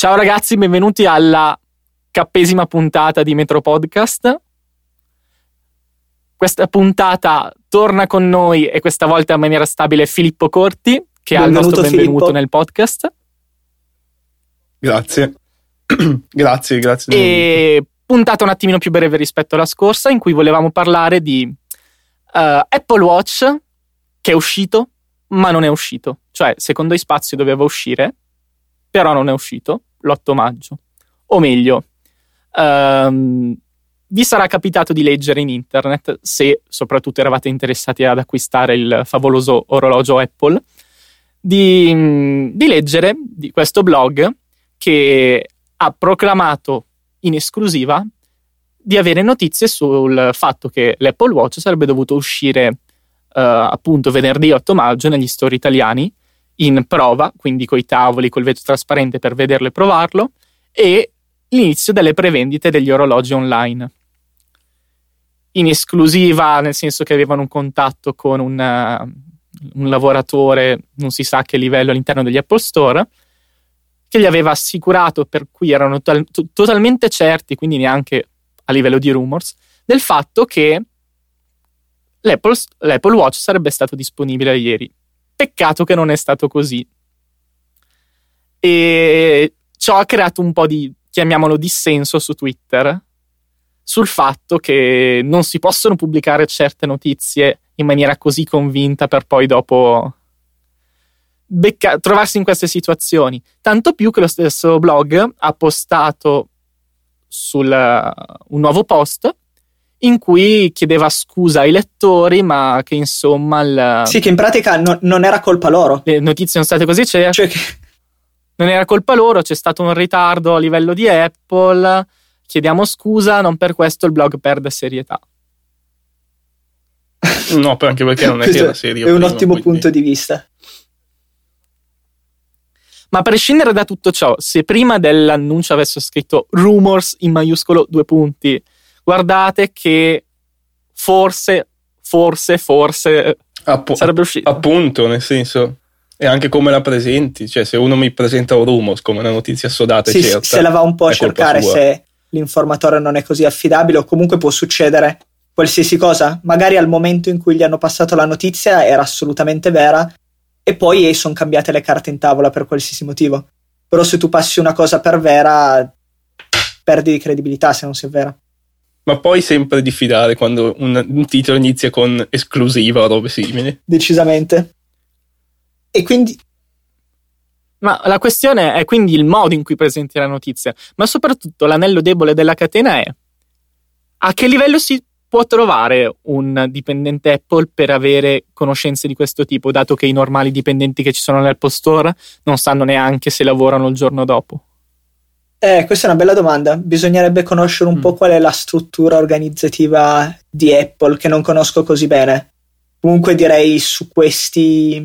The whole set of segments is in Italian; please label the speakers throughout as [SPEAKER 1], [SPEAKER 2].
[SPEAKER 1] Ciao ragazzi, benvenuti alla 100ª puntata di Metro Podcast. Questa puntata torna con noi e questa volta in maniera stabile Filippo Corti, che ha il nostro benvenuto Filippo nel podcast.
[SPEAKER 2] Grazie. grazie.
[SPEAKER 1] E puntata un attimino più breve rispetto alla scorsa, in cui volevamo parlare di Apple Watch, che è uscito, ma non è uscito. Cioè, secondo iSpazio doveva uscire, però non è uscito l'8 maggio. O meglio, vi sarà capitato di leggere in internet, se soprattutto eravate interessati ad acquistare il favoloso orologio Apple, di leggere di questo blog che ha proclamato in esclusiva di avere notizie sul fatto che l'Apple Watch sarebbe dovuto uscire appunto venerdì 8 maggio negli store italiani in prova, quindi coi tavoli, col vetro trasparente per vederlo e provarlo, e l'inizio delle prevendite degli orologi online. In esclusiva, nel senso che avevano un contatto con un lavoratore, non si sa a che livello, all'interno degli Apple Store, che gli aveva assicurato, per cui erano totalmente certi, quindi neanche a livello di rumors, del fatto che l'Apple Watch sarebbe stato disponibile ieri. Peccato che non è stato così. E ciò ha creato un po' di, chiamiamolo, dissenso su Twitter sul fatto che non si possono pubblicare certe notizie in maniera così convinta per poi dopo trovarsi in queste situazioni. Tanto più che lo stesso blog ha postato un nuovo post in cui chiedeva scusa ai lettori, ma che insomma
[SPEAKER 3] sì, che in pratica non era colpa loro.
[SPEAKER 1] Le notizie sono state così, cioè che non era colpa loro, c'è stato un ritardo a livello di Apple, chiediamo scusa, non per questo il blog perde serietà.
[SPEAKER 2] No, anche perché non è che era serio.
[SPEAKER 3] È un ottimo punto di vista.
[SPEAKER 1] Ma a prescindere da tutto ciò, se prima dell'annuncio avesse scritto rumors in maiuscolo 2 punti, guardate che forse sarebbe uscito.
[SPEAKER 2] Appunto, nel senso, è anche come la presenti. Cioè, se uno mi presenta un rumors come una notizia assodata e certa,
[SPEAKER 3] se la va un po' a cercare, se l'informatore non è così affidabile, o comunque può succedere qualsiasi cosa. Magari al momento in cui gli hanno passato la notizia era assolutamente vera e poi sono cambiate le carte in tavola per qualsiasi motivo. Però se tu passi una cosa per vera, perdi di credibilità se non sia vera.
[SPEAKER 2] Ma poi sempre diffidare quando un titolo inizia con esclusiva o robe simili.
[SPEAKER 3] Decisamente. E quindi...
[SPEAKER 1] Ma la questione è quindi il modo in cui presenti la notizia, ma soprattutto l'anello debole della catena è: a che livello si può trovare un dipendente Apple per avere conoscenze di questo tipo, dato che i normali dipendenti che ci sono nell'Apple Store non sanno neanche se lavorano il giorno dopo?
[SPEAKER 3] Questa è una bella domanda. Bisognerebbe conoscere un po' qual è la struttura organizzativa di Apple, che non conosco così bene. Comunque direi su questi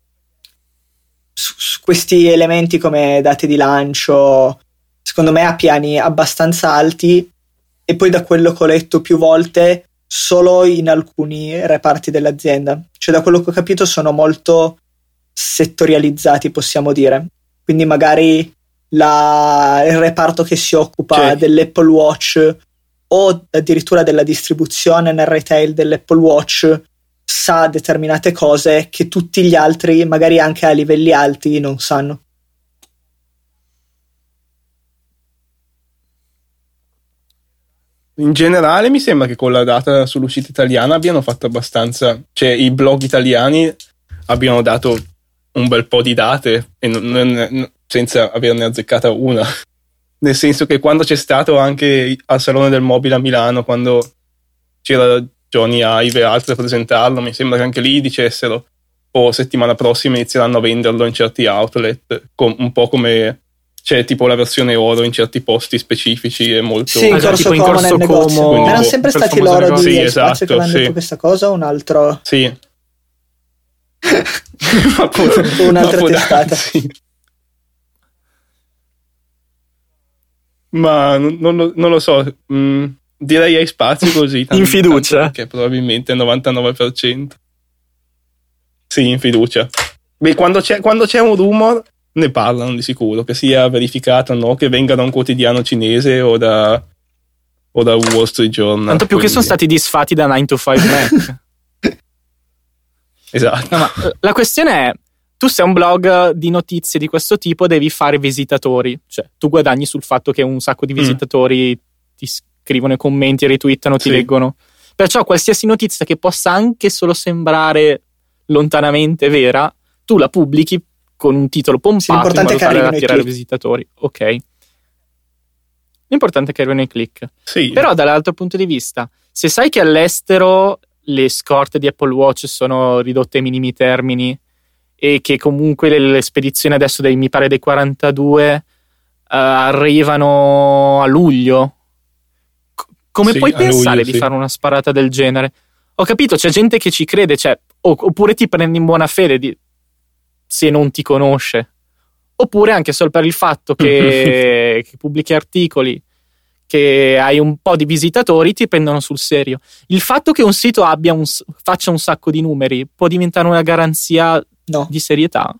[SPEAKER 3] elementi come date di lancio, secondo me ha piani abbastanza alti, e poi da quello che ho letto più volte solo in alcuni reparti dell'azienda. Cioè, da quello che ho capito sono molto settorializzati, possiamo dire. Quindi magari il reparto che si occupa dell'Apple Watch o addirittura della distribuzione nel retail dell'Apple Watch sa determinate cose che tutti gli altri, magari anche a livelli alti, non sanno.
[SPEAKER 2] In generale mi sembra che con la data sull'uscita italiana abbiano fatto abbastanza, cioè i blog italiani abbiano dato un bel po' di date e senza averne azzeccata una. Nel senso che quando c'è stato anche al Salone del Mobile a Milano, quando c'era Johnny Ive e altri a presentarlo, mi sembra che anche lì dicessero settimana prossima inizieranno a venderlo in certi outlet, un po' come c'è tipo la versione oro in certi posti specifici, è molto...
[SPEAKER 3] Sì, in Corso Como nel negozio.
[SPEAKER 2] Quindi,
[SPEAKER 3] erano sempre stati loro di
[SPEAKER 2] sì,
[SPEAKER 3] Spazio che avevano detto questa cosa, o un altro...
[SPEAKER 2] Sì.
[SPEAKER 3] Un'altra testata.
[SPEAKER 2] Sì. Ma non lo so, direi hai spazio così.
[SPEAKER 1] In fiducia?
[SPEAKER 2] Perché probabilmente il 99%. Sì, in fiducia. Beh, quando c'è un rumor, ne parlano di sicuro, che sia verificato o no, che venga da un quotidiano cinese o da Wall Street Journal.
[SPEAKER 1] Tanto più che sono stati disfatti da 9 to 5 Mac.
[SPEAKER 2] Esatto.
[SPEAKER 1] No, ma la questione è, tu sei un blog di notizie di questo tipo, devi fare visitatori, cioè tu guadagni sul fatto che un sacco di visitatori ti scrivono i commenti, retweetano, ti leggono. Perciò qualsiasi notizia che possa anche solo sembrare lontanamente vera, tu la pubblichi con un titolo pompato in modo tale da attirare visitatori. Ok. L'importante è che arrivino i click.
[SPEAKER 2] Sì.
[SPEAKER 1] Però dall'altro punto di vista, se sai che all'estero le scorte di Apple Watch sono ridotte ai minimi termini e che comunque le spedizioni adesso mi pare dei 42 arrivano a luglio, come puoi pensare di fare una sparata del genere? Ho capito, c'è gente che ci crede, cioè, oppure ti prendi in buona fede se non ti conosce, oppure anche solo per il fatto che pubblichi articoli, che hai un po' di visitatori, ti prendono sul serio. Il fatto che un sito faccia un sacco di numeri può diventare una garanzia di serietà?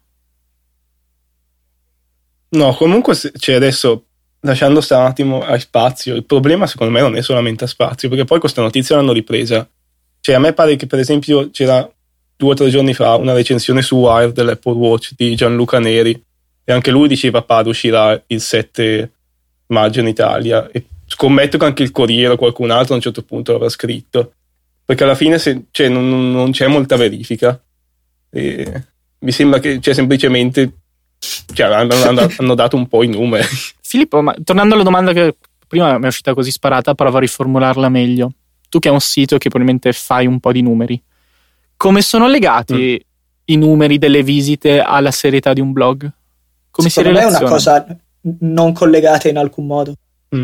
[SPEAKER 2] No, comunque cioè adesso, lasciando stare un attimo a spazio, il problema secondo me non è solamente a spazio, perché poi questa notizia l'hanno ripresa. Cioè a me pare che per esempio c'era 2 o 3 giorni fa una recensione su Wired dell'Apple Watch di Gianluca Neri, e anche lui diceva uscirà il 7 maggio in Italia, e scommetto che anche il Corriere o qualcun altro a un certo punto l'avrà scritto, perché alla fine cioè, non c'è molta verifica, e mi sembra che semplicemente hanno dato un po' i numeri.
[SPEAKER 1] Filippo, ma tornando alla domanda che prima mi è uscita così sparata, provo a riformularla meglio. Tu che hai un sito che probabilmente fai un po' di numeri, come sono legati i numeri delle visite alla serietà di un blog? Come
[SPEAKER 3] secondo me è una cosa non collegata in alcun modo.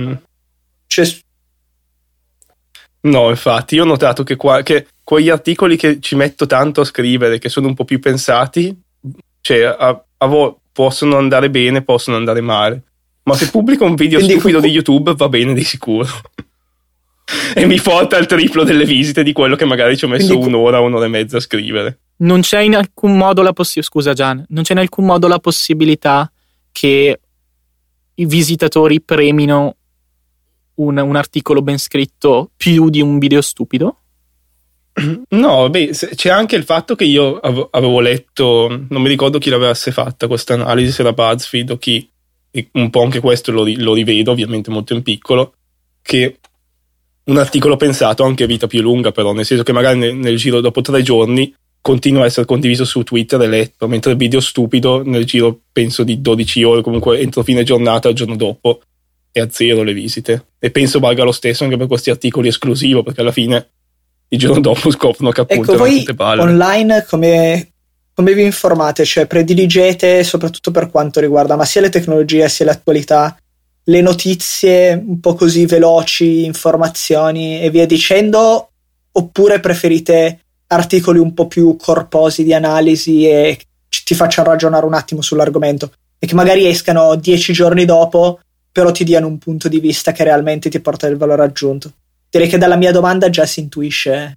[SPEAKER 2] No, infatti io ho notato che quegli articoli che ci metto tanto a scrivere, che sono un po' più pensati, cioè possono andare bene, possono andare male, ma se pubblico un video stupido di YouTube va bene di sicuro. E mi porta al triplo delle visite di quello che magari ci ho messo un'ora e mezza a scrivere.
[SPEAKER 1] Non c'è in alcun modo scusa Gian, non c'è in alcun modo la possibilità che i visitatori premino un articolo ben scritto più di un video stupido?
[SPEAKER 2] No, c'è anche il fatto che io avevo letto, non mi ricordo chi l'avesse fatta questa analisi, se era BuzzFeed o chi, e un po' anche questo lo rivedo, ovviamente molto in piccolo, che un articolo pensato ha anche vita più lunga, però nel senso che magari nel giro dopo 3 giorni continua a essere condiviso su Twitter e letto, mentre il video stupido nel giro penso di 12 ore, comunque entro fine giornata, il giorno dopo è a 0 le visite, e penso valga lo stesso anche per questi articoli esclusivo, perché alla fine il giorno dopo scoprono che appunto erano tutte palle.
[SPEAKER 3] Online come vi informate? Cioè prediligete, soprattutto per quanto riguarda ma sia le tecnologie sia l'attualità, le notizie un po' così veloci, informazioni e via dicendo, oppure preferite articoli un po' più corposi di analisi e ti facciano ragionare un attimo sull'argomento e che magari escano 10 giorni dopo, però ti diano un punto di vista che realmente ti porta del valore aggiunto? Direi che dalla mia domanda già si intuisce.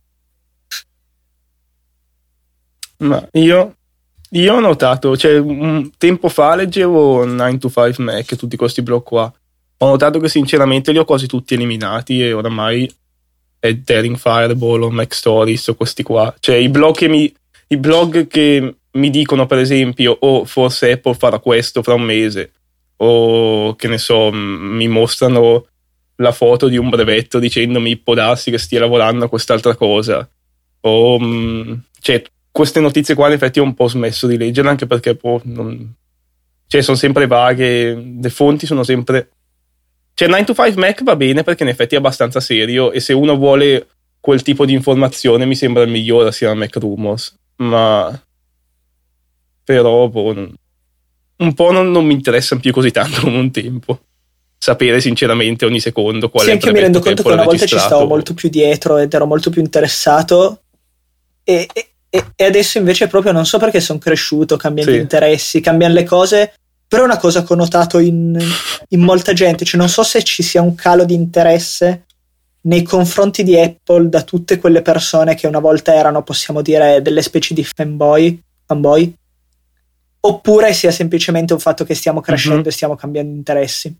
[SPEAKER 2] Ma io ho notato, cioè un tempo fa leggevo 9 to 5 Mac e tutti questi blog qua, ho notato che sinceramente li ho quasi tutti eliminati e oramai è Daring Fireball o Mac Stories o questi qua, cioè i blog che mi dicono per esempio forse Apple farà questo fra un mese, o che ne so, mi mostrano la foto di un brevetto dicendomi può darsi che stia lavorando a quest'altra cosa, o cioè queste notizie qua in effetti ho un po' smesso di leggere, anche perché sono sempre vaghe, le fonti sono sempre, cioè 9 to 5 Mac va bene perché in effetti è abbastanza serio, e se uno vuole quel tipo di informazione mi sembra il migliore assieme a Mac Rumors, ma però un po' non mi interessano più così tanto come un tempo sapere sinceramente ogni secondo qual è il brevetto.
[SPEAKER 3] Sì, anche mi rendo conto che una volta ci stavo molto più dietro ed ero molto più interessato e adesso invece proprio non so perché sono cresciuto, cambiano gli interessi, cambiano le cose, però è una cosa che ho notato in molta gente, cioè non so se ci sia un calo di interesse nei confronti di Apple da tutte quelle persone che una volta erano, possiamo dire, delle specie di fanboy, oppure sia semplicemente un fatto che stiamo crescendo e stiamo cambiando interessi.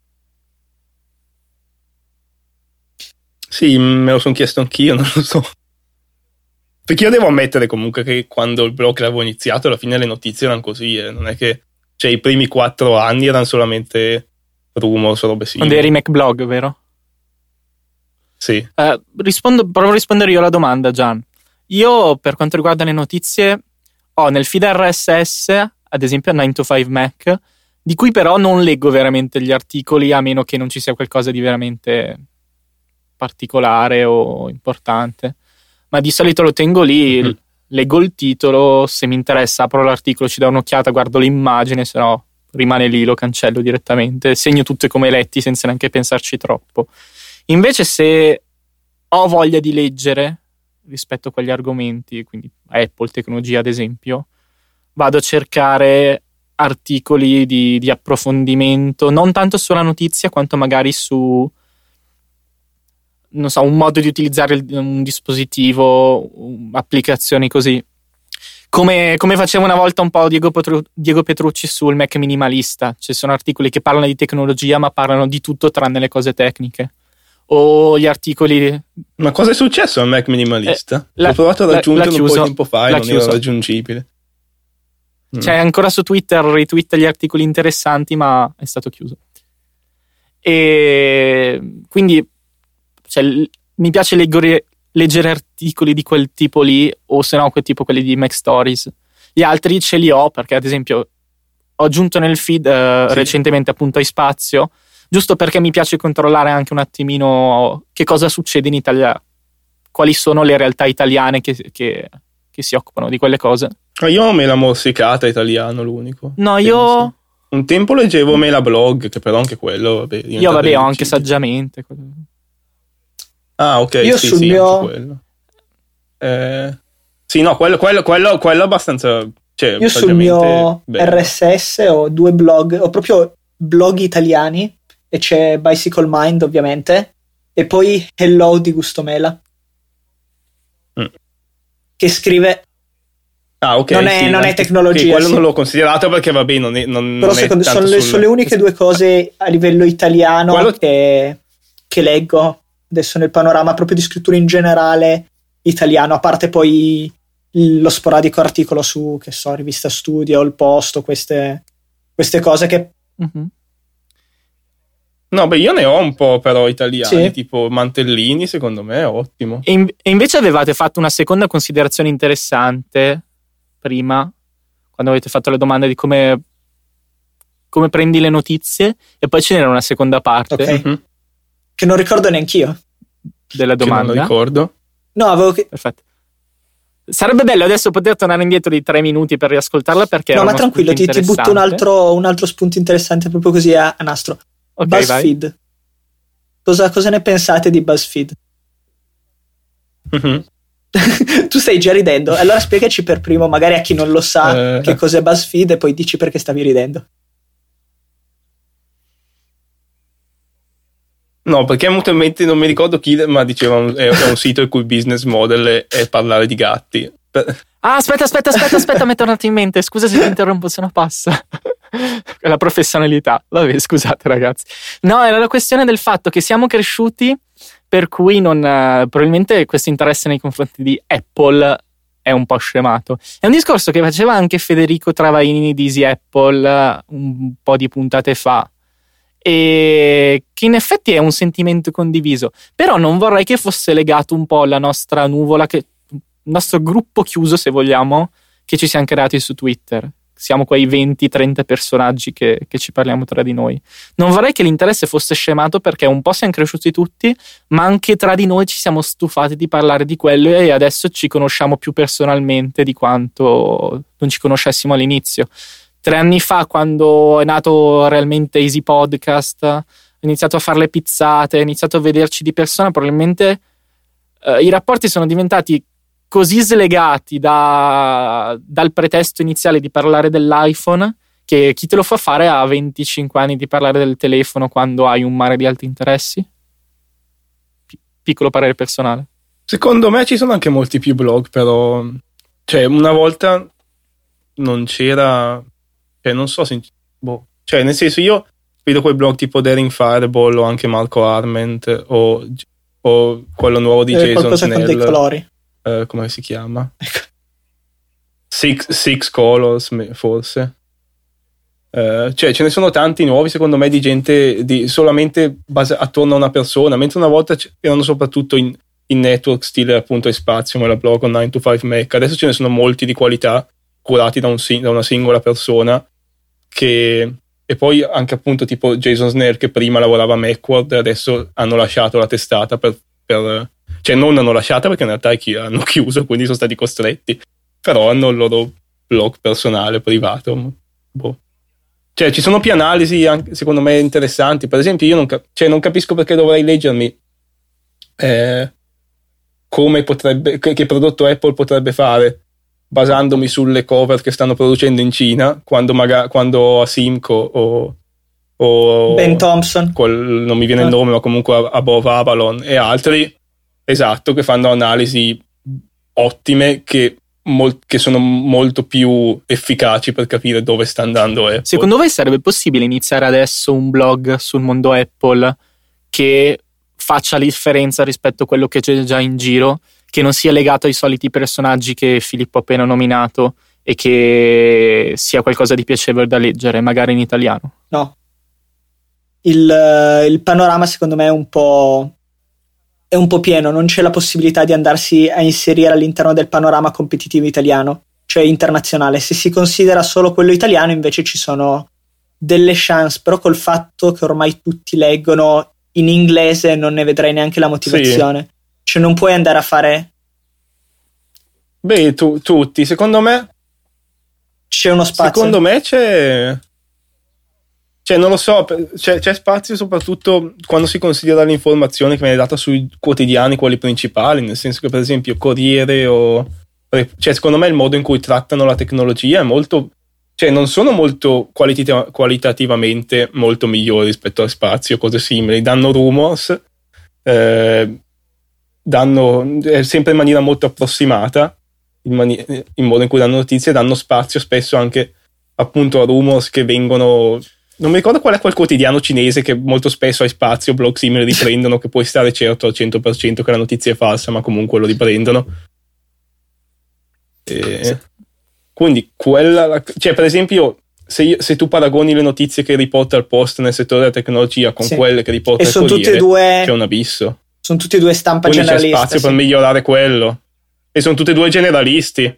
[SPEAKER 2] Sì, me lo sono chiesto anch'io, non lo so. Perché io devo ammettere comunque che quando il blog l'avevo iniziato, alla fine le notizie erano così, non è che, cioè, i primi 4 anni erano solamente rumors, robe simili.
[SPEAKER 1] Quando eri MacBlog, vero?
[SPEAKER 2] Sì.
[SPEAKER 1] Provo a rispondere io alla domanda, Gian. Io, per quanto riguarda le notizie, ho nel feed RSS, ad esempio 9to5Mac, di cui però non leggo veramente gli articoli, a meno che non ci sia qualcosa di veramente particolare o importante. Ma di solito lo tengo lì, leggo il titolo, se mi interessa apro l'articolo, ci do un'occhiata, guardo l'immagine, se no rimane lì, lo cancello direttamente, segno tutte come letti senza neanche pensarci troppo. Invece se ho voglia di leggere rispetto a quegli argomenti, quindi Apple, tecnologia ad esempio, vado a cercare articoli di approfondimento, non tanto sulla notizia quanto magari su, non so, un modo di utilizzare un dispositivo, applicazioni così. Come faceva una volta un po' Diego Petrucci sul Mac minimalista. Ci sono articoli che parlano di tecnologia ma parlano di tutto tranne le cose tecniche. O gli articoli...
[SPEAKER 2] Ma cosa è successo al Mac minimalista? L'ho provato a raggiungere un po' di tempo fa e non era raggiungibile.
[SPEAKER 1] Cioè ancora su Twitter ritwitta gli articoli interessanti ma è stato chiuso. E quindi... Cioè, mi piace leggere articoli di quel tipo lì, o se no quelli di Mac Stories. Gli altri ce li ho perché, ad esempio, ho aggiunto nel feed recentemente appunto a Spazio, giusto perché mi piace controllare anche un attimino che cosa succede in Italia, quali sono le realtà italiane che si occupano di quelle cose.
[SPEAKER 2] Io me la morsicata italiano, l'unico.
[SPEAKER 1] No, io...
[SPEAKER 2] Un tempo leggevo me la blog, che però anche quello...
[SPEAKER 1] Io ho anche saggiamente...
[SPEAKER 2] Ah, ok.
[SPEAKER 3] Io
[SPEAKER 2] sì,
[SPEAKER 3] sul
[SPEAKER 2] sì,
[SPEAKER 3] mio...
[SPEAKER 2] quello. Sì, no, quello abbastanza... Cioè,
[SPEAKER 3] io sul mio bello. RSS ho 2 blog, ho proprio blog italiani, e c'è Bicycle Mind ovviamente, e poi Hello di Gustomela, che scrive...
[SPEAKER 2] Ah, ok.
[SPEAKER 3] Non è tecnologia.
[SPEAKER 2] Quello non l'ho considerato perché, vabbè, non
[SPEAKER 3] però
[SPEAKER 2] è
[SPEAKER 3] sono le uniche 2 cose a livello italiano che leggo adesso nel panorama proprio di scrittura in generale italiano, a parte poi lo sporadico articolo su, che so, Rivista Studio, Il Posto, queste cose che...
[SPEAKER 2] No, beh, io ne ho un po' però italiani,
[SPEAKER 3] sì.
[SPEAKER 2] Tipo Mantellini, secondo me è ottimo.
[SPEAKER 1] E invece avevate fatto una seconda considerazione interessante prima, quando avete fatto le domande di come prendi le notizie, e poi ce n'era una seconda parte.
[SPEAKER 3] Ok. Che non ricordo neanch'io
[SPEAKER 1] della domanda.
[SPEAKER 2] Che non ricordo.
[SPEAKER 3] No, avevo
[SPEAKER 1] Perfetto. Sarebbe bello adesso poter tornare indietro di 3 minuti per riascoltarla, perché
[SPEAKER 3] no, ma tranquillo, ti butto un altro spunto interessante proprio così a nastro.
[SPEAKER 1] Okay,
[SPEAKER 3] BuzzFeed. Cosa ne pensate di BuzzFeed? Tu stai già ridendo, allora spiegaci per primo, magari a chi non lo sa, che cos'è BuzzFeed, e poi dici perché stavi ridendo.
[SPEAKER 2] No, perché mutuamente non mi ricordo chi, ma diceva è un sito il cui business model è parlare di gatti.
[SPEAKER 1] Ah, aspetta, mi è tornato in mente. Scusa se ti interrompo, se no passa. La professionalità. Vabbè, scusate ragazzi. No, era la questione del fatto che siamo cresciuti, per cui probabilmente questo interesse nei confronti di Apple è un po' scemato. È un discorso che faceva anche Federico Travaini di Easy Apple un po' di puntate fa, e che in effetti è un sentimento condiviso, però non vorrei che fosse legato un po' alla nostra nuvola, il nostro gruppo chiuso, se vogliamo, che ci siamo creati su Twitter. Siamo quei 20-30 personaggi che ci parliamo tra di noi. Non vorrei che l'interesse fosse scemato, perché un po' siamo cresciuti tutti, ma anche tra di noi ci siamo stufati di parlare di quello, e adesso ci conosciamo più personalmente di quanto non ci conoscessimo all'inizio. 3 anni fa, quando è nato realmente Easy Podcast, ho iniziato a fare le pizzate, ho iniziato a vederci di persona, probabilmente i rapporti sono diventati così slegati dal pretesto iniziale di parlare dell'iPhone, che chi te lo fa fare a 25 anni di parlare del telefono quando hai un mare di altri interessi? Piccolo parere personale.
[SPEAKER 2] Secondo me ci sono anche molti più blog, però, cioè, una volta non c'era, cioè non so se cioè nel senso, io vedo quei blog tipo Daring Fireball o anche Marco Arment o quello nuovo di Jason
[SPEAKER 3] qualcosa
[SPEAKER 2] Snell,
[SPEAKER 3] con dei colori,
[SPEAKER 2] come si chiama? Six Colors forse. Cioè ce ne sono tanti nuovi secondo me, di gente solamente attorno a una persona, mentre una volta erano soprattutto in network stile appunto Espazio, come la blog on 9 to 5 Mac. Adesso ce ne sono molti di qualità, curati da una singola persona, e poi anche appunto tipo Jason Snell, che prima lavorava a Macworld, adesso hanno lasciato la testata cioè non hanno lasciata perché in realtà hanno chiuso, quindi sono stati costretti, però hanno il loro blog personale, privato. Cioè ci sono più analisi anche, secondo me, interessanti. Per esempio io non capisco perché dovrei leggermi come che prodotto Apple potrebbe fare basandomi sulle cover che stanno producendo in Cina, quando a Simco o
[SPEAKER 3] Ben Thompson,
[SPEAKER 2] non mi viene il nome, ma comunque Above Avalon e altri, esatto, che fanno analisi ottime che sono molto più efficaci per capire dove sta andando Apple.
[SPEAKER 1] Secondo voi sarebbe possibile iniziare adesso un blog sul mondo Apple che faccia la differenza rispetto a quello che c'è già in giro, che non sia legato ai soliti personaggi che Filippo ha appena nominato e che sia qualcosa di piacevole da leggere, magari in italiano?
[SPEAKER 3] No. Il panorama secondo me è un po' pieno, non c'è la possibilità di andarsi a inserire all'interno del panorama competitivo italiano, cioè internazionale. Se si considera solo quello italiano invece ci sono delle chance, però col fatto che ormai tutti leggono in inglese non ne vedrei neanche la motivazione. Sì. Cioè non puoi andare a fare...
[SPEAKER 2] Beh, tutti, secondo me...
[SPEAKER 3] C'è uno spazio.
[SPEAKER 2] Secondo me c'è... Cioè non lo so, c'è spazio soprattutto quando si considera l'informazione che viene data sui quotidiani, quelli principali, nel senso che per esempio Corriere cioè secondo me il modo in cui trattano la tecnologia è molto... Cioè non sono molto qualitativamente molto migliori rispetto a Spazio, cose simili. Danno rumors, danno sempre in maniera molto approssimata, il modo in cui danno notizie, danno spazio spesso anche appunto a rumors che vengono... Non mi ricordo qual è quel quotidiano cinese che molto spesso ha spazio, blog simili riprendono, che puoi stare certo al 100% che la notizia è falsa, ma comunque lo riprendono. Quindi cioè per esempio se tu paragoni le notizie che riporta il Post nel settore della tecnologia con quelle che riporta il Corriere, c'è un abisso.
[SPEAKER 3] Sono tutti e due stampa
[SPEAKER 2] quindi
[SPEAKER 3] generalista.
[SPEAKER 2] C'è spazio per migliorare quello, e sono tutti e due generalisti.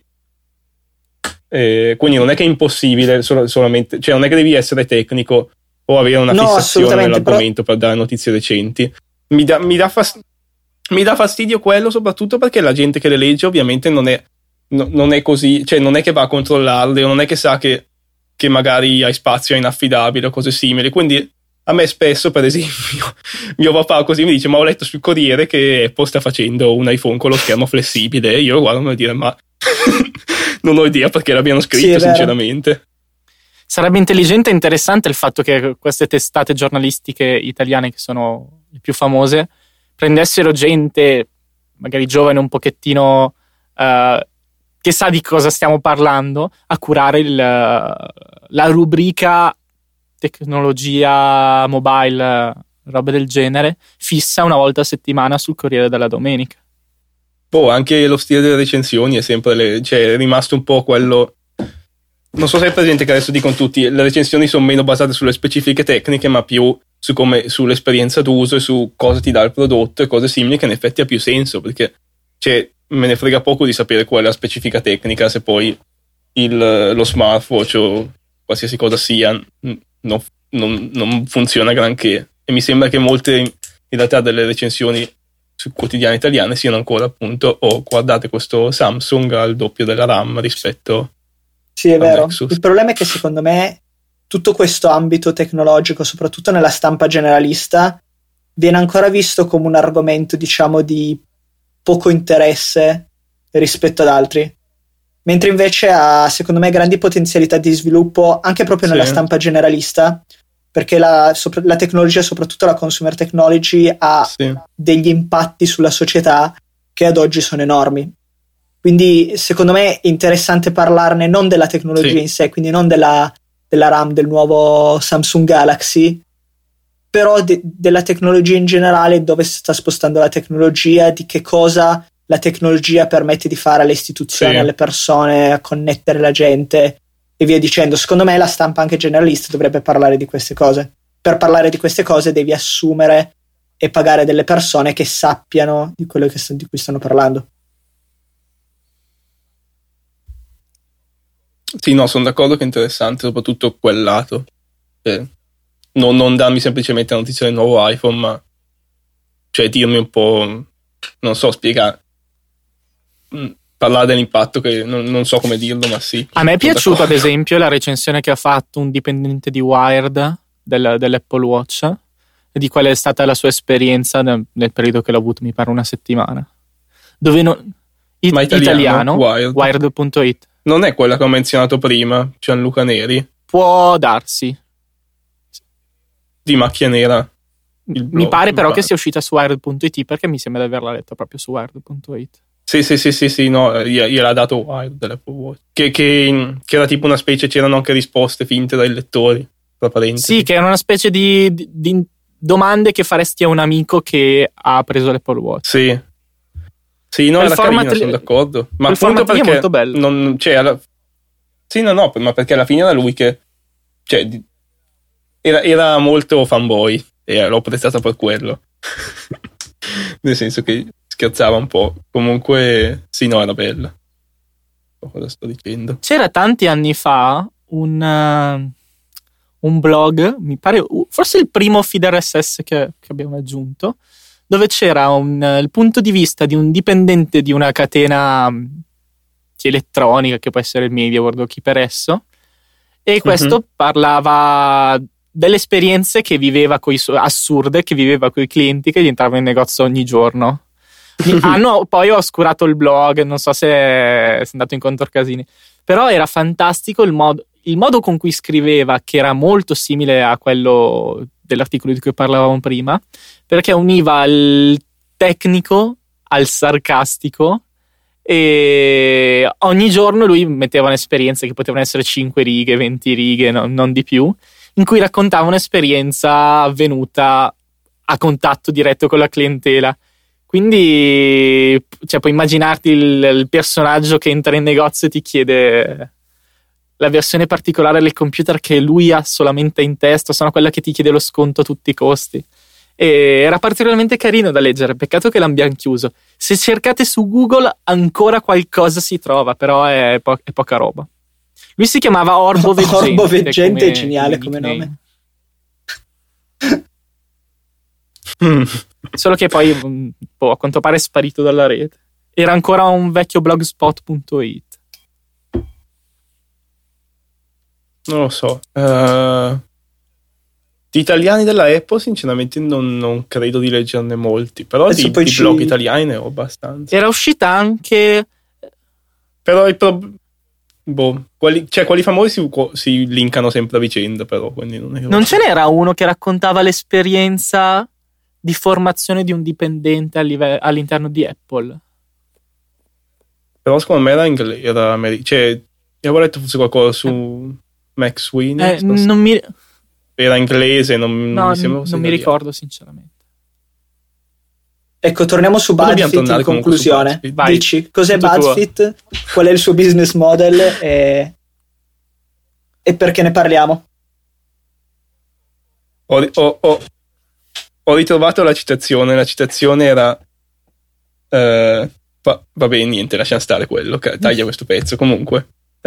[SPEAKER 2] Quindi non è che è impossibile solamente, cioè non è che devi essere tecnico o avere una fissazione nell'argomento per dare notizie recenti. Mi dà fastidio quello, soprattutto perché la gente che le legge ovviamente non è così, cioè non è che va a controllarle, o non è che sa che magari hai spazio, è inaffidabile o cose simili. Quindi a me spesso, per esempio, mio papà così mi dice: ma ho letto sul Corriere che Apple sta facendo un iPhone con lo schermo flessibile, e io guardo e dire: ma non ho idea perché l'abbiano scritto, sinceramente.
[SPEAKER 1] Sarebbe intelligente e interessante il fatto che queste testate giornalistiche italiane, che sono le più famose, prendessero gente magari giovane, un pochettino che sa di cosa stiamo parlando, a curare la rubrica tecnologia mobile, roba del genere, fissa una volta a settimana sul Corriere della Domenica.
[SPEAKER 2] Anche lo stile delle recensioni è sempre cioè è rimasto un po' quello. Non so se è presente che adesso dicono tutti le recensioni sono meno basate sulle specifiche tecniche, ma più sull'esperienza d'uso e su cosa ti dà il prodotto e cose simili, che in effetti ha più senso, perché cioè me ne frega poco di sapere qual è la specifica tecnica se poi lo smartwatch o qualsiasi cosa sia non funziona granché. E mi sembra che molte in realtà delle recensioni su quotidiani italiane siano ancora appunto guardate questo Samsung al doppio della RAM rispetto
[SPEAKER 3] è vero. Nexus. Il problema è che secondo me tutto questo ambito tecnologico, soprattutto nella stampa generalista, viene ancora visto come un argomento, diciamo, di poco interesse rispetto ad altri, mentre invece ha, secondo me, grandi potenzialità di sviluppo anche proprio nella stampa generalista, perché la tecnologia, soprattutto la consumer technology, ha degli impatti sulla società che ad oggi sono enormi. Quindi secondo me è interessante parlarne non della tecnologia in sé, quindi non della della RAM del nuovo Samsung Galaxy, però della tecnologia in generale, dove si sta spostando la tecnologia, di che cosa la tecnologia permette di fare alle istituzioni, alle persone, a connettere la gente e via dicendo. Secondo me la stampa anche generalista dovrebbe parlare di queste cose. Per parlare di queste cose devi assumere e pagare delle persone che sappiano di quello di cui stanno parlando.
[SPEAKER 2] Sì, no, sono d'accordo che è interessante, soprattutto quel lato. Non darmi semplicemente la notizia del nuovo iPhone, ma cioè dirmi un po', non so spiegare, parlare dell'impatto, che non so come dirlo, ma sì.
[SPEAKER 1] A me è piaciuta ad esempio la recensione che ha fatto un dipendente di Wired dell'Apple Watch, di qual è stata la sua esperienza nel periodo che l'ho avuto, mi pare una settimana, dove
[SPEAKER 2] ma italiano
[SPEAKER 1] Wired.it.
[SPEAKER 2] Non è quella che ho menzionato prima, Gianluca Neri?
[SPEAKER 1] Può darsi.
[SPEAKER 2] Di Macchia Nera.
[SPEAKER 1] Mi pare però che sia uscita su Wired.it, perché mi sembra di averla letta proprio su Wired.it.
[SPEAKER 2] Sì, no, gliel'ha dato Wired dell'Apple Watch. Che era tipo una specie, c'erano anche risposte finte dai lettori, tra parentesi.
[SPEAKER 1] Sì, che era una specie di domande che faresti a un amico che ha preso l'Apple Watch.
[SPEAKER 2] Sì, no, era carina, sono d'accordo. Ma appunto perché
[SPEAKER 1] è molto bello.
[SPEAKER 2] Sì, no, ma perché alla fine era lui che, cioè, era molto fanboy e l'ho apprezzata per quello. Nel senso che scherzava un po'. Comunque, sì, no, era bella. Cosa sto dicendo?
[SPEAKER 1] C'era tanti anni fa un blog, mi pare, forse il primo feed RSS che abbiamo aggiunto, dove c'era il punto di vista di un dipendente di una catena elettronica, che può essere il MediaWorld o chi per esso, e questo parlava delle esperienze che viveva assurde, che viveva coi clienti che gli entravano in negozio ogni giorno. Poi ho oscurato il blog, non so se è andato incontro a casini, però era fantastico il modo con cui scriveva, che era molto simile a quello dell'articolo di cui parlavamo prima, perché univa il tecnico al sarcastico, e ogni giorno lui metteva un'esperienza che potevano essere 5 righe, 20 righe, non di più, in cui raccontava un'esperienza avvenuta a contatto diretto con la clientela. Quindi, cioè, puoi immaginarti il personaggio che entra in negozio e ti chiede la versione particolare del computer che lui ha solamente in testa, sono quella che ti chiede lo sconto a tutti i costi. E era particolarmente carino da leggere, peccato che l'abbiano chiuso. Se cercate su Google ancora qualcosa si trova, però è poca roba. Lui si chiamava Orbo Veggente.
[SPEAKER 3] Orbo Veggente è geniale come nome.
[SPEAKER 1] Solo che poi a quanto pare è sparito dalla rete. Era ancora un vecchio blogspot.it.
[SPEAKER 2] Non lo so. Di italiani della Apple sinceramente non credo di leggerne molti, però di blog italiani ne ho abbastanza.
[SPEAKER 1] Era uscita anche,
[SPEAKER 2] però quelli famosi si linkano sempre a vicenda, però quindi non
[SPEAKER 1] ce n'era uno che raccontava l'esperienza di formazione di un dipendente all'interno di Apple.
[SPEAKER 2] Però secondo me era inglese, cioè io avevo letto forse qualcosa su Max Sweeney. Era inglese, non mi
[SPEAKER 1] ricordo sinceramente.
[SPEAKER 3] Ecco, torniamo su BuzzFeed in conclusione. Dici, cos'è BuzzFeed? Qual è il suo business model e perché ne parliamo?
[SPEAKER 2] Ho ritrovato la citazione. La citazione era vabbè, niente, lasciamo stare quello, taglia questo pezzo. Comunque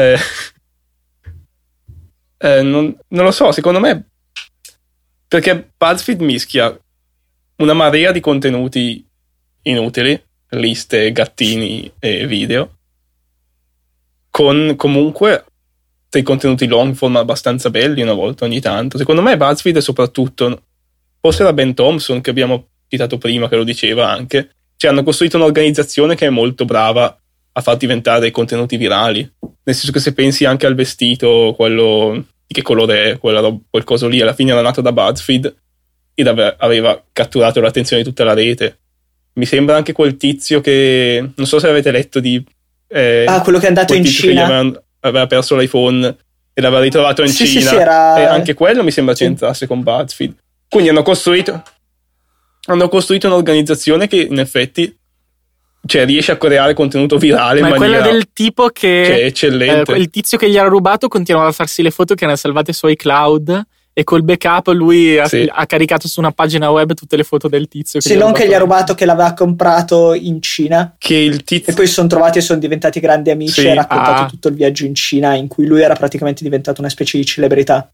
[SPEAKER 2] non lo so, secondo me, perché BuzzFeed mischia una marea di contenuti inutili, liste, gattini e video, con comunque dei contenuti long form abbastanza belli una volta ogni tanto. Secondo me BuzzFeed è soprattutto, forse era Ben Thompson che abbiamo citato prima che lo diceva anche, cioè hanno costruito un'organizzazione che è molto brava a far diventare dei contenuti virali, nel senso che se pensi anche al vestito, quello di che colore è, quel coso lì alla fine era nato da BuzzFeed ed aveva catturato l'attenzione di tutta la rete. Mi sembra anche quel tizio che, non so se avete letto di
[SPEAKER 3] quello che è andato in Cina,
[SPEAKER 2] aveva perso l'iPhone e l'aveva ritrovato in Cina.
[SPEAKER 3] Sì, era...
[SPEAKER 2] E anche quello mi sembra c'entrasse con BuzzFeed. Quindi hanno costruito un'organizzazione che in effetti, cioè, riesce a creare contenuto virale.
[SPEAKER 1] Ma
[SPEAKER 2] in
[SPEAKER 1] è
[SPEAKER 2] maniera,
[SPEAKER 1] quella del tipo che
[SPEAKER 2] è eccellente.
[SPEAKER 1] Il tizio che gli era rubato continuava a farsi le foto che ne ha salvate su iCloud, e col backup lui ha caricato su una pagina web tutte le foto del tizio che
[SPEAKER 3] non che gli ha rubato, che l'aveva comprato in Cina,
[SPEAKER 2] che il tizio...
[SPEAKER 3] e poi si sono trovati e sono diventati grandi amici, e ha raccontato tutto il viaggio in Cina in cui lui era praticamente diventato una specie di celebrità.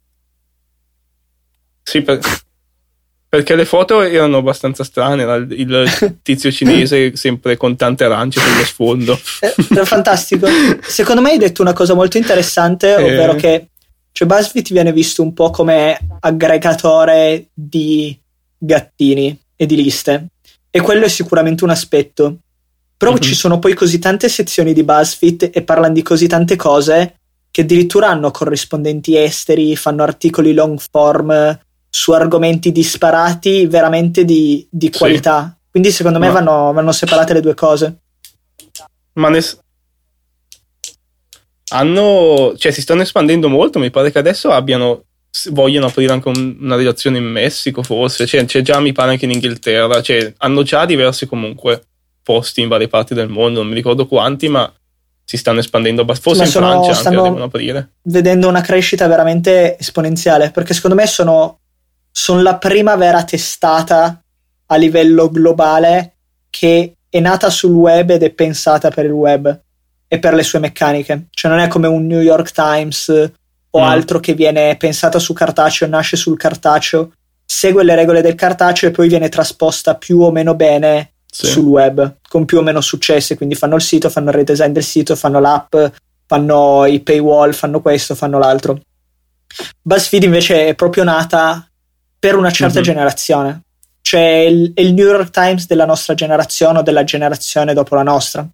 [SPEAKER 2] Sì, perché le foto erano abbastanza strane, era il tizio cinese sempre con tante arance sullo sfondo.
[SPEAKER 3] Era fantastico. Secondo me hai detto una cosa molto interessante, ovvero che, cioè, BuzzFeed viene visto un po' come aggregatore di gattini e di liste, e quello è sicuramente un aspetto. Però ci sono poi così tante sezioni di BuzzFeed e parlano di così tante cose che addirittura hanno corrispondenti esteri, fanno articoli long form su argomenti disparati, veramente di qualità. Quindi secondo me vanno separate le due cose.
[SPEAKER 2] Ma si stanno espandendo molto. Mi pare che adesso vogliono aprire anche una redazione in Messico, forse. C'è già, mi pare, anche in Inghilterra. Cioè, hanno già diversi comunque posti in varie parti del mondo, non mi ricordo quanti, ma si stanno espandendo abbastanza. Forse in Francia anche la devono aprire. Vedendo
[SPEAKER 3] una crescita veramente esponenziale, perché secondo me sono la prima vera testata a livello globale che è nata sul web ed è pensata per il web e per le sue meccaniche. Cioè non è come un New York Times o altro che viene pensata su cartaceo, nasce sul cartaceo, segue le regole del cartaceo e poi viene trasposta più o meno bene sul web, con più o meno successo. Quindi fanno il sito, fanno il redesign del sito, fanno l'app, fanno i paywall, fanno questo, fanno l'altro. BuzzFeed invece è proprio nata per una certa generazione, cioè è il New York Times della nostra generazione o della generazione dopo la nostra.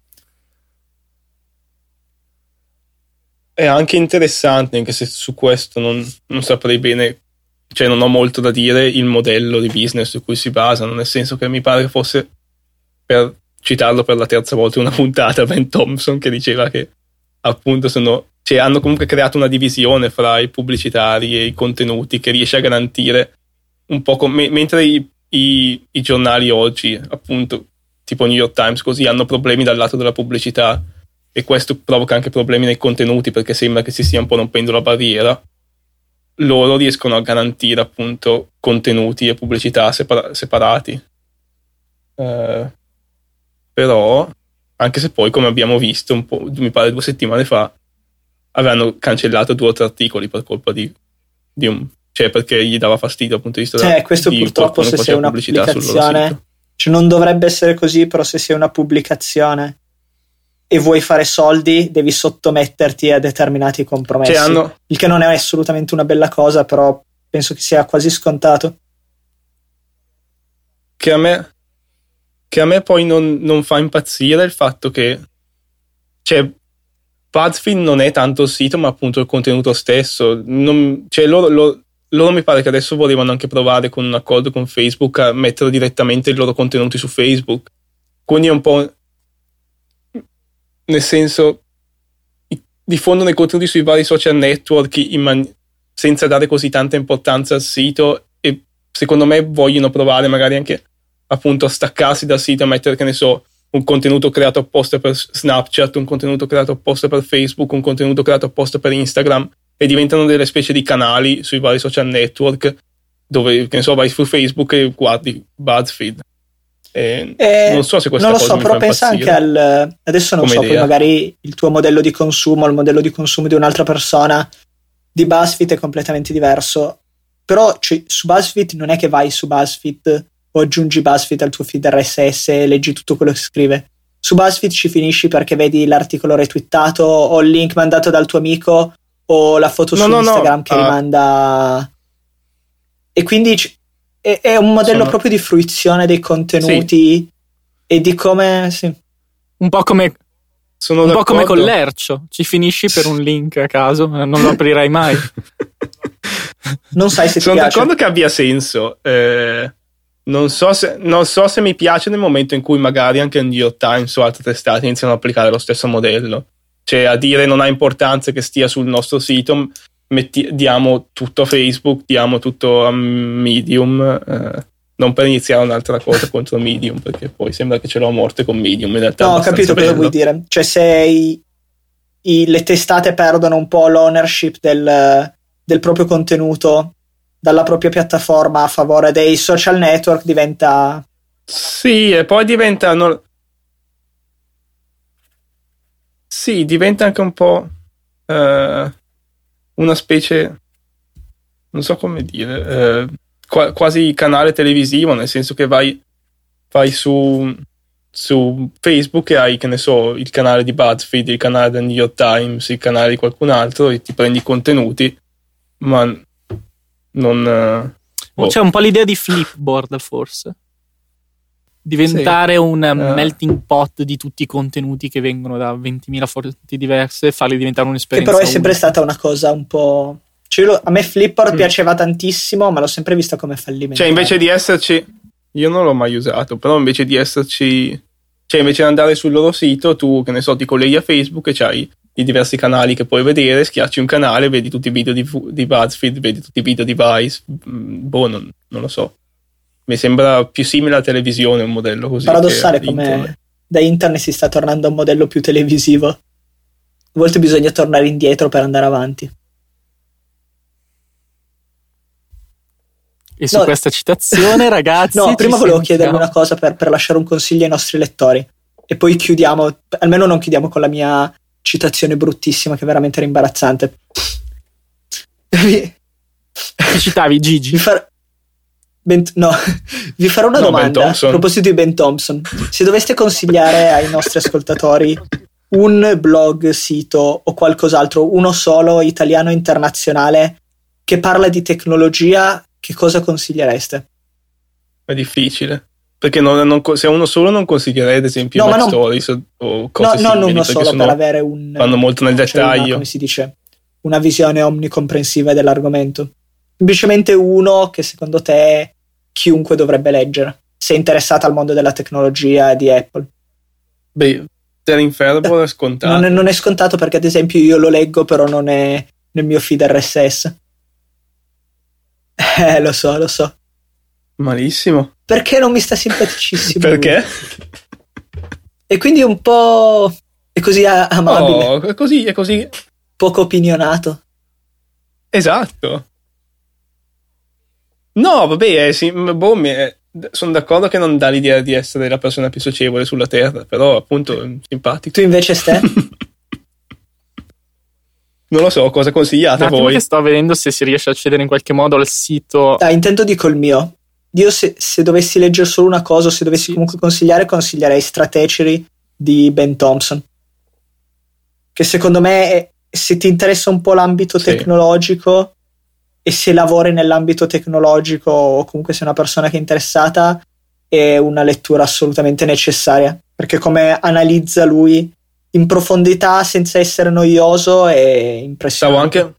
[SPEAKER 2] È anche interessante, anche se su questo non saprei bene, cioè non ho molto da dire, il modello di business su cui si basano, nel senso che mi pare che fosse, per citarlo per la terza volta una puntata, Ben Thompson, che diceva che appunto hanno comunque creato una divisione fra i pubblicitari e i contenuti che riesce a garantire un po' mentre i giornali oggi, appunto tipo New York Times, così, hanno problemi dal lato della pubblicità, e questo provoca anche problemi nei contenuti perché sembra che si stia un po' rompendo la barriera. Loro riescono a garantire appunto contenuti e pubblicità separati, però anche se poi, come abbiamo visto un po', mi pare 2 settimane fa, avevano cancellato 2 o 3 articoli per colpa di un, cioè perché gli dava fastidio dal punto di vista
[SPEAKER 3] questo purtroppo, se sei una pubblicazione, cioè non dovrebbe essere così, però se sei una pubblicazione e vuoi fare soldi devi sottometterti a determinati compromessi, il che non è assolutamente una bella cosa, però penso che sia quasi scontato.
[SPEAKER 2] Che a me poi non fa impazzire il fatto che, cioè, BuzzFeed non è tanto il sito ma appunto il contenuto stesso. Loro mi pare che adesso volevano anche provare con un accordo con Facebook a mettere direttamente i loro contenuti su Facebook, quindi è un po', nel senso, diffondono i contenuti sui vari social network senza dare così tanta importanza al sito, e secondo me vogliono provare magari anche appunto a staccarsi dal sito, a mettere, che ne so, un contenuto creato apposta per Snapchat, un contenuto creato apposta per Facebook, un contenuto creato apposta per Instagram, e diventano delle specie di canali sui vari social network dove, che ne so, vai su Facebook e guardi BuzzFeed. Non so se questa
[SPEAKER 3] non lo
[SPEAKER 2] cosa
[SPEAKER 3] so, però pensa anche adesso non so, poi magari il tuo modello di consumo, il modello di consumo di un'altra persona di BuzzFeed è completamente diverso, però su BuzzFeed non è che vai su BuzzFeed o aggiungi BuzzFeed al tuo feed RSS e leggi tutto quello che scrive. Su BuzzFeed ci finisci perché vedi l'articolo retweetato o il link mandato dal tuo amico o la foto su Instagram che rimanda, e quindi è un modello proprio di fruizione dei contenuti e di come
[SPEAKER 1] un po' come con l'Ercio, ci finisci per un link a caso, non lo aprirai mai.
[SPEAKER 3] Non sai se ti
[SPEAKER 2] sono
[SPEAKER 3] piace.
[SPEAKER 2] D'accordo che abbia senso, non so se mi piace nel momento in cui magari anche il New York Times o altre testate iniziano ad applicare lo stesso modello. cioè a dire non ha importanza che stia sul nostro sito, diamo tutto a Facebook, diamo tutto a Medium, non per iniziare un'altra cosa contro Medium, perché poi sembra che ce l'ho a morte con Medium, in realtà.
[SPEAKER 3] No, ho capito cosa vuoi dire, cioè se le testate perdono un po' l'ownership del proprio contenuto dalla propria piattaforma a favore dei social network, diventa...
[SPEAKER 2] Sì, e poi diventa anche un po' una specie, non so come dire, quasi canale televisivo, nel senso che vai su Facebook e hai, che ne so, il canale di BuzzFeed, il canale del New York Times, il canale di qualcun altro, e ti prendi i contenuti, ma non...
[SPEAKER 1] C'è un po' l'idea di Flipboard, forse. Diventare un melting pot di tutti i contenuti che vengono da 20.000 fonti diverse e farli diventare un'esperienza.
[SPEAKER 3] Che però è sempre stata una cosa un po'... Cioè, a me Flipboard piaceva tantissimo, ma l'ho sempre vista come fallimento.
[SPEAKER 2] Cioè, invece di esserci... Io non l'ho mai usato, però invece di esserci... Cioè, invece di andare sul loro sito, tu, che ne so, ti colleghi a Facebook e c'hai i diversi canali che puoi vedere, schiacci un canale, vedi tutti i video di BuzzFeed, vedi tutti i video di Vice, non lo so. Mi sembra più simile alla televisione un modello così.
[SPEAKER 3] Paradossale come da internet si sta tornando a un modello più televisivo. A volte bisogna tornare indietro per andare avanti.
[SPEAKER 1] E su questa citazione, ragazzi...
[SPEAKER 3] No, prima volevo chiedervi una cosa per lasciare un consiglio ai nostri lettori. E poi chiudiamo, almeno non chiudiamo con la mia citazione bruttissima, che veramente era imbarazzante.
[SPEAKER 1] Ti citavi Gigi?
[SPEAKER 3] Vi farò una domanda a proposito di Ben Thompson. Se doveste consigliare ai nostri ascoltatori un blog, sito o qualcos'altro, uno solo, italiano o internazionale, che parla di tecnologia, che cosa consigliereste?
[SPEAKER 2] È difficile, perché se uno solo non consiglierei ad esempio Stories o cose simili.
[SPEAKER 3] Non uno solo, per avere
[SPEAKER 2] vanno molto nel dettaglio,
[SPEAKER 3] come si dice, una visione omnicomprensiva dell'argomento. Semplicemente uno che secondo te chiunque dovrebbe leggere, se è interessato al mondo della tecnologia di Apple.
[SPEAKER 2] Beh, Tearing Fairboard è scontato.
[SPEAKER 3] Non è scontato, perché ad esempio io lo leggo, però non è nel mio feed RSS. Lo so.
[SPEAKER 2] Malissimo.
[SPEAKER 3] Perché non mi sta simpaticissimo?
[SPEAKER 2] Perché?
[SPEAKER 3] E quindi un po' è così amabile.
[SPEAKER 2] Oh, è così.
[SPEAKER 3] Poco opinionato.
[SPEAKER 2] Esatto. No, vabbè, sono d'accordo che non dà l'idea di essere la persona più socievole sulla Terra, però appunto è simpatico.
[SPEAKER 3] Tu invece, Ste?
[SPEAKER 2] Non lo so, cosa consigliate voi?
[SPEAKER 1] Che sto vedendo se si riesce a accedere in qualche modo al sito.
[SPEAKER 3] Intanto dico il mio. Io se dovessi leggere solo una cosa, o se dovessi comunque consiglierei Stratechery di Ben Thompson, che secondo me se ti interessa un po' l'ambito tecnologico e se lavori nell'ambito tecnologico, o comunque sei una persona che è interessata, è una lettura assolutamente necessaria, perché come analizza lui in profondità senza essere noioso è impressionante.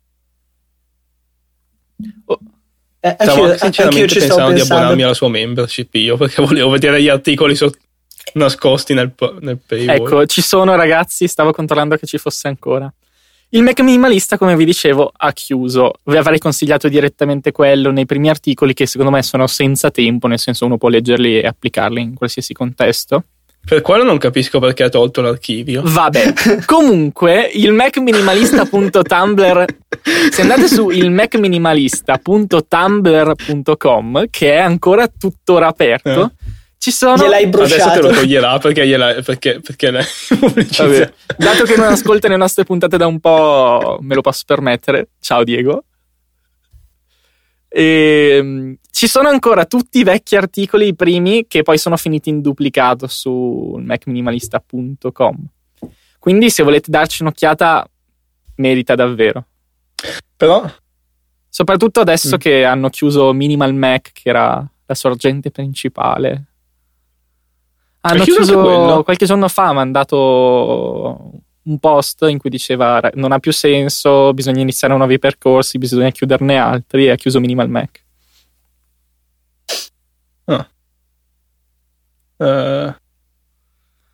[SPEAKER 2] Stavo sinceramente pensando di abbonarmi alla sua membership io, perché volevo vedere gli articoli nascosti nel paywall.
[SPEAKER 1] Ecco, ci sono, ragazzi, stavo controllando che ci fosse ancora. Il Mac Minimalista, come vi dicevo, ha chiuso. Vi avrei consigliato direttamente quello nei primi articoli, che secondo me sono senza tempo, nel senso uno può leggerli e applicarli in qualsiasi contesto.
[SPEAKER 2] Per quello non capisco perché ha tolto l'archivio.
[SPEAKER 1] Vabbè, comunque il macminimalista.tumblr, se andate su il macminimalista.tumblr.com, che è ancora tuttora aperto, ci sono...
[SPEAKER 3] Gliel'hai bruciato.
[SPEAKER 2] Adesso te lo toglierà perché l'hai pubblicizzato.
[SPEAKER 1] Dato che non ascolta le nostre puntate da un po', me lo posso permettere. Ciao Diego. Ci sono ancora tutti i vecchi articoli, i primi, che poi sono finiti in duplicato su macminimalista.com. Quindi se volete darci un'occhiata, merita davvero.
[SPEAKER 2] Però
[SPEAKER 1] soprattutto adesso che hanno chiuso Minimal Mac, che era la sorgente principale. Hanno chiuso qualche giorno fa, ha mandato un post in cui diceva non ha più senso, bisogna iniziare nuovi percorsi, bisogna chiuderne altri, e ha chiuso Minimal Mac.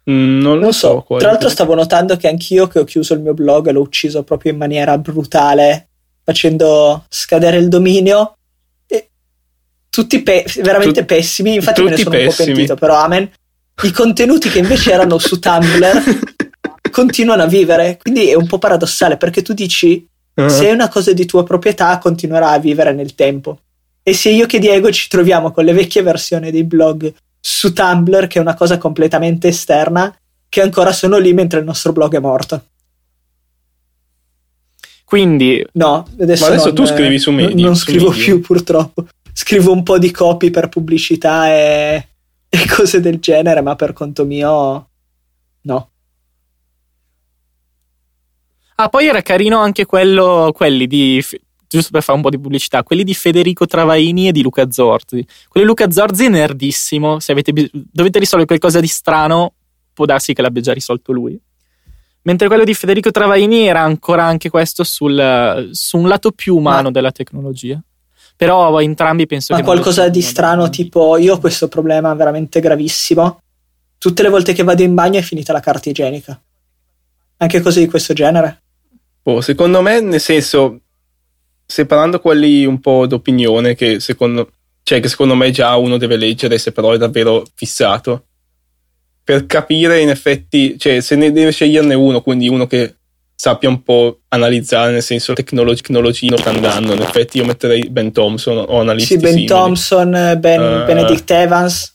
[SPEAKER 2] Non lo so.
[SPEAKER 3] Tra l'altro stavo notando che anch'io, che ho chiuso il mio blog, l'ho ucciso proprio in maniera brutale, facendo scadere il dominio. E tutti veramente pessimi. Infatti me ne sono un po' pentito, però amen. I contenuti che invece erano su Tumblr continuano a vivere. Quindi è un po' paradossale, perché tu dici se è una cosa di tua proprietà continuerà a vivere nel tempo. E se io che Diego ci troviamo con le vecchie versioni dei blog su Tumblr, che è una cosa completamente esterna, che ancora sono lì mentre il nostro blog è morto.
[SPEAKER 1] Quindi
[SPEAKER 3] no,
[SPEAKER 2] adesso tu scrivi su Medium.
[SPEAKER 3] Non scrivo più, purtroppo. Scrivo un po' di copy per pubblicità e cose del genere, ma per conto mio no.
[SPEAKER 1] Poi era carino anche quelli di, giusto per fare un po' di pubblicità, quelli di Federico Travaini e di Luca Zorzi. Quello di Luca Zorzi è nerdissimo, se dovete risolvere qualcosa di strano può darsi che l'abbia già risolto lui, mentre quello di Federico Travaini era ancora anche questo su un lato più umano della tecnologia. Però entrambi penso che
[SPEAKER 3] qualcosa di strano, tipo io ho questo problema veramente gravissimo, tutte le volte che vado in bagno è finita la carta igienica, anche cose di questo genere.
[SPEAKER 2] Secondo me, nel senso, separando quelli un po' d'opinione che secondo me già uno deve leggere se però è davvero fissato, per capire in effetti, cioè se ne deve sceglierne uno, quindi uno che sappia un po' analizzare, nel senso tecnologia sta andando, in effetti io metterei Ben Thompson o analisti
[SPEAKER 3] Ben
[SPEAKER 2] simili.
[SPEAKER 3] Thompson, Benedict Evans,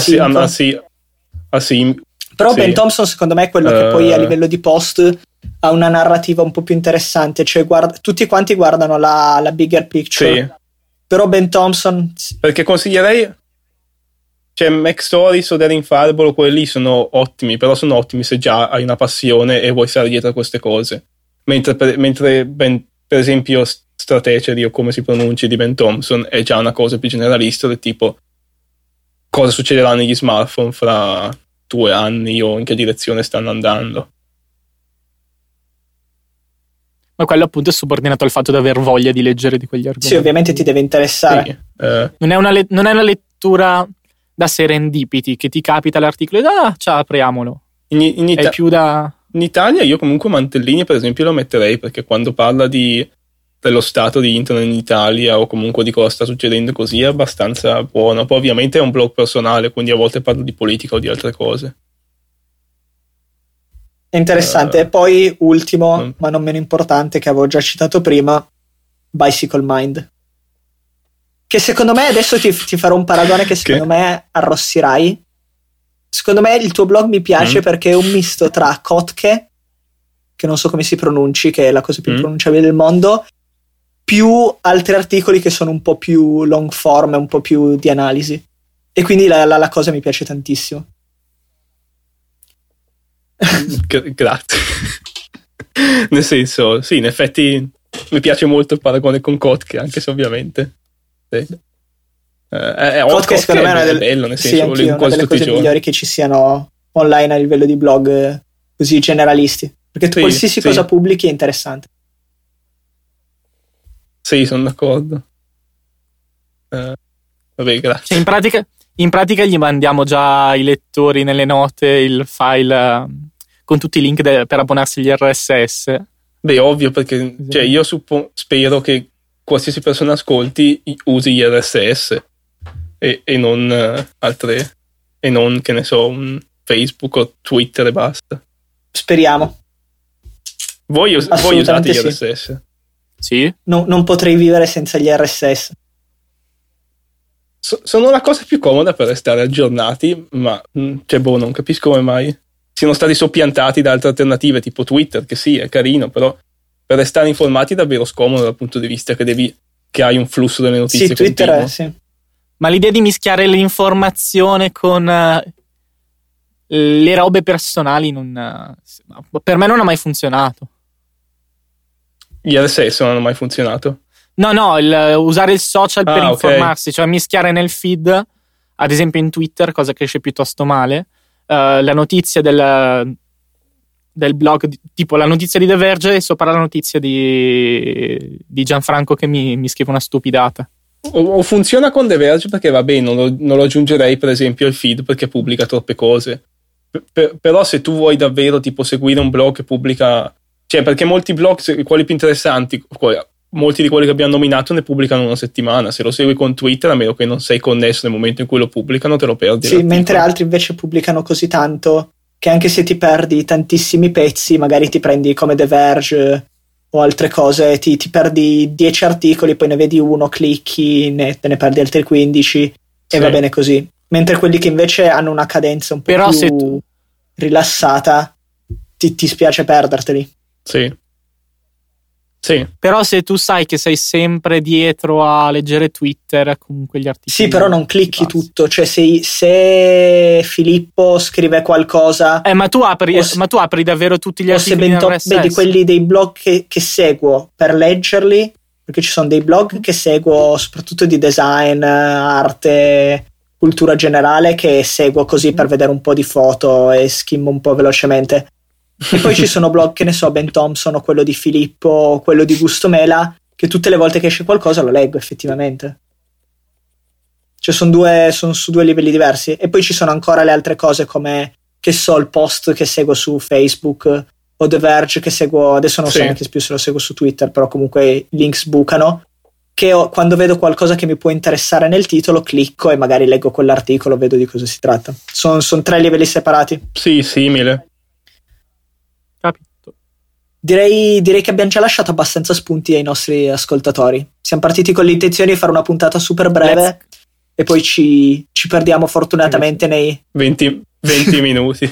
[SPEAKER 3] però
[SPEAKER 2] sì.
[SPEAKER 3] Ben Thompson secondo me è quello che poi a livello di post ha una narrativa un po' più interessante, cioè tutti quanti guardano la bigger picture,
[SPEAKER 2] sì.
[SPEAKER 3] Però Ben Thompson,
[SPEAKER 2] perché consiglierei, cioè Mac Stories o Daring Fireball, quelli sono ottimi, però sono ottimi se già hai una passione e vuoi stare dietro a queste cose, mentre per esempio Strategy o come si pronunci di Ben Thompson è già una cosa più generalista, del tipo cosa succederà negli smartphone fra 2 anni o in che direzione stanno andando.
[SPEAKER 1] Ma quello appunto è subordinato al fatto di aver voglia di leggere di quegli argomenti.
[SPEAKER 3] Sì, ovviamente ti deve interessare.
[SPEAKER 1] Sì. Non è una lettura da serendipiti, che ti capita l'articolo e ciao, apriamolo. È più da...
[SPEAKER 2] In Italia io comunque Mantellini per esempio lo metterei, perché quando parla dello stato di internet in Italia o comunque di cosa sta succedendo così è abbastanza buono. Poi ovviamente è un blog personale, quindi a volte parlo di politica o di altre cose.
[SPEAKER 3] Interessante. E poi ultimo, ma non meno importante, che avevo già citato prima, Bicycle Mind, che secondo me adesso ti farò un paragone che secondo me arrossirai. Secondo me il tuo blog mi piace perché è un misto tra Kotke, che non so come si pronunci, che è la cosa più pronunciabile del mondo, più altri articoli che sono un po' più long form, un po' più di analisi, e quindi la cosa mi piace tantissimo.
[SPEAKER 2] Grazie. Nel senso, sì, in effetti mi piace molto il paragone con Kotke, anche se ovviamente
[SPEAKER 3] Kotke secondo me è
[SPEAKER 2] bello, nel senso,
[SPEAKER 3] sì, una delle cose migliori che ci siano online a livello di blog così generalisti, perché tu qualsiasi cosa pubblichi è interessante.
[SPEAKER 2] Sì, sono d'accordo. Vabbè, grazie.
[SPEAKER 1] Cioè, in pratica gli mandiamo già ai lettori nelle note il file con tutti i link per abbonarsi agli RSS. Beh,
[SPEAKER 2] ovvio, perché cioè, io spero che qualsiasi persona ascolti usi gli RSS e non altre, e non, che ne so, un Facebook o Twitter e basta.
[SPEAKER 3] Speriamo.
[SPEAKER 2] Voi usate gli RSS?
[SPEAKER 1] Sì.
[SPEAKER 3] Non potrei vivere senza gli RSS.
[SPEAKER 2] Sono la cosa più comoda per restare aggiornati, ma non capisco come mai siano stati soppiantati da altre alternative tipo Twitter, che sì, è carino, però per restare informati è davvero scomodo dal punto di vista che hai un flusso delle notizie.
[SPEAKER 3] Sì, Twitter è, sì.
[SPEAKER 1] Ma l'idea di mischiare l'informazione con le robe personali per me non ha mai funzionato.
[SPEAKER 2] Gli RSS non hanno mai funzionato?
[SPEAKER 1] No, usare il social per informarsi, cioè mischiare nel feed, ad esempio in Twitter, cosa che esce piuttosto male, la notizia del blog, tipo la notizia di The Verge e sopra la notizia di Gianfranco che mi scrive una stupidata.
[SPEAKER 2] O funziona con The Verge perché va bene, non lo aggiungerei per esempio al feed perché pubblica troppe cose, Però se tu vuoi davvero tipo seguire un blog che pubblica, cioè perché molti blog, quelli più interessanti, molti di quelli che abbiamo nominato ne pubblicano una settimana. Se lo segui con Twitter, a meno che non sei connesso nel momento in cui lo pubblicano, te lo perdi.
[SPEAKER 3] Sì, mentre altri invece pubblicano così tanto che anche se ti perdi tantissimi pezzi, magari ti prendi come The Verge o altre cose, ti perdi 10 articoli, poi ne vedi uno, clicchi, te ne perdi altri 15 e va bene così. Mentre quelli che invece hanno una cadenza un po' più rilassata, ti spiace perderteli.
[SPEAKER 2] Sì.
[SPEAKER 1] Però se tu sai che sei sempre dietro a leggere Twitter, comunque gli articoli.
[SPEAKER 3] Sì, però non clicchi tutto. Cioè, se Filippo scrive qualcosa.
[SPEAKER 1] Ma tu apri davvero tutti gli articoli.
[SPEAKER 3] O se vedi quelli dei blog che seguo per leggerli, perché ci sono dei blog che seguo soprattutto di design, arte, cultura generale, che seguo così per vedere un po' di foto e skimmo un po' velocemente. E poi ci sono blog, che ne so, Ben Thompson o quello di Filippo o quello di Gusto Mela, che tutte le volte che esce qualcosa lo leggo effettivamente. Cioè sono su due livelli diversi. E poi ci sono ancora le altre cose come, che so, il post che seguo su Facebook o The Verge che seguo, adesso non so neanche più se lo seguo su Twitter, però comunque i links bucano, che quando vedo qualcosa che mi può interessare nel titolo clicco e magari leggo quell'articolo, vedo di cosa si tratta. Sono 3 livelli separati.
[SPEAKER 2] Sì, simile.
[SPEAKER 1] Capito.
[SPEAKER 3] Direi che abbiamo già lasciato abbastanza spunti ai nostri ascoltatori. Siamo partiti con l'intenzione di fare una puntata super breve e poi ci perdiamo fortunatamente nei
[SPEAKER 2] 20 minuti.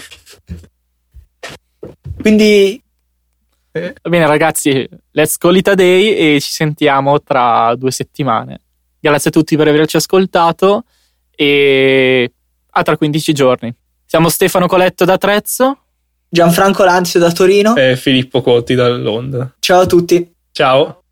[SPEAKER 3] Quindi
[SPEAKER 1] va bene ragazzi, let's call it a day e ci sentiamo tra 2 settimane. Grazie a tutti per averci ascoltato e a tra 15 giorni. Siamo Stefano Coletto da Trezzo,
[SPEAKER 3] Gianfranco Lanzio da Torino
[SPEAKER 2] e Filippo Cotti da Londra.
[SPEAKER 3] Ciao a tutti.
[SPEAKER 2] Ciao.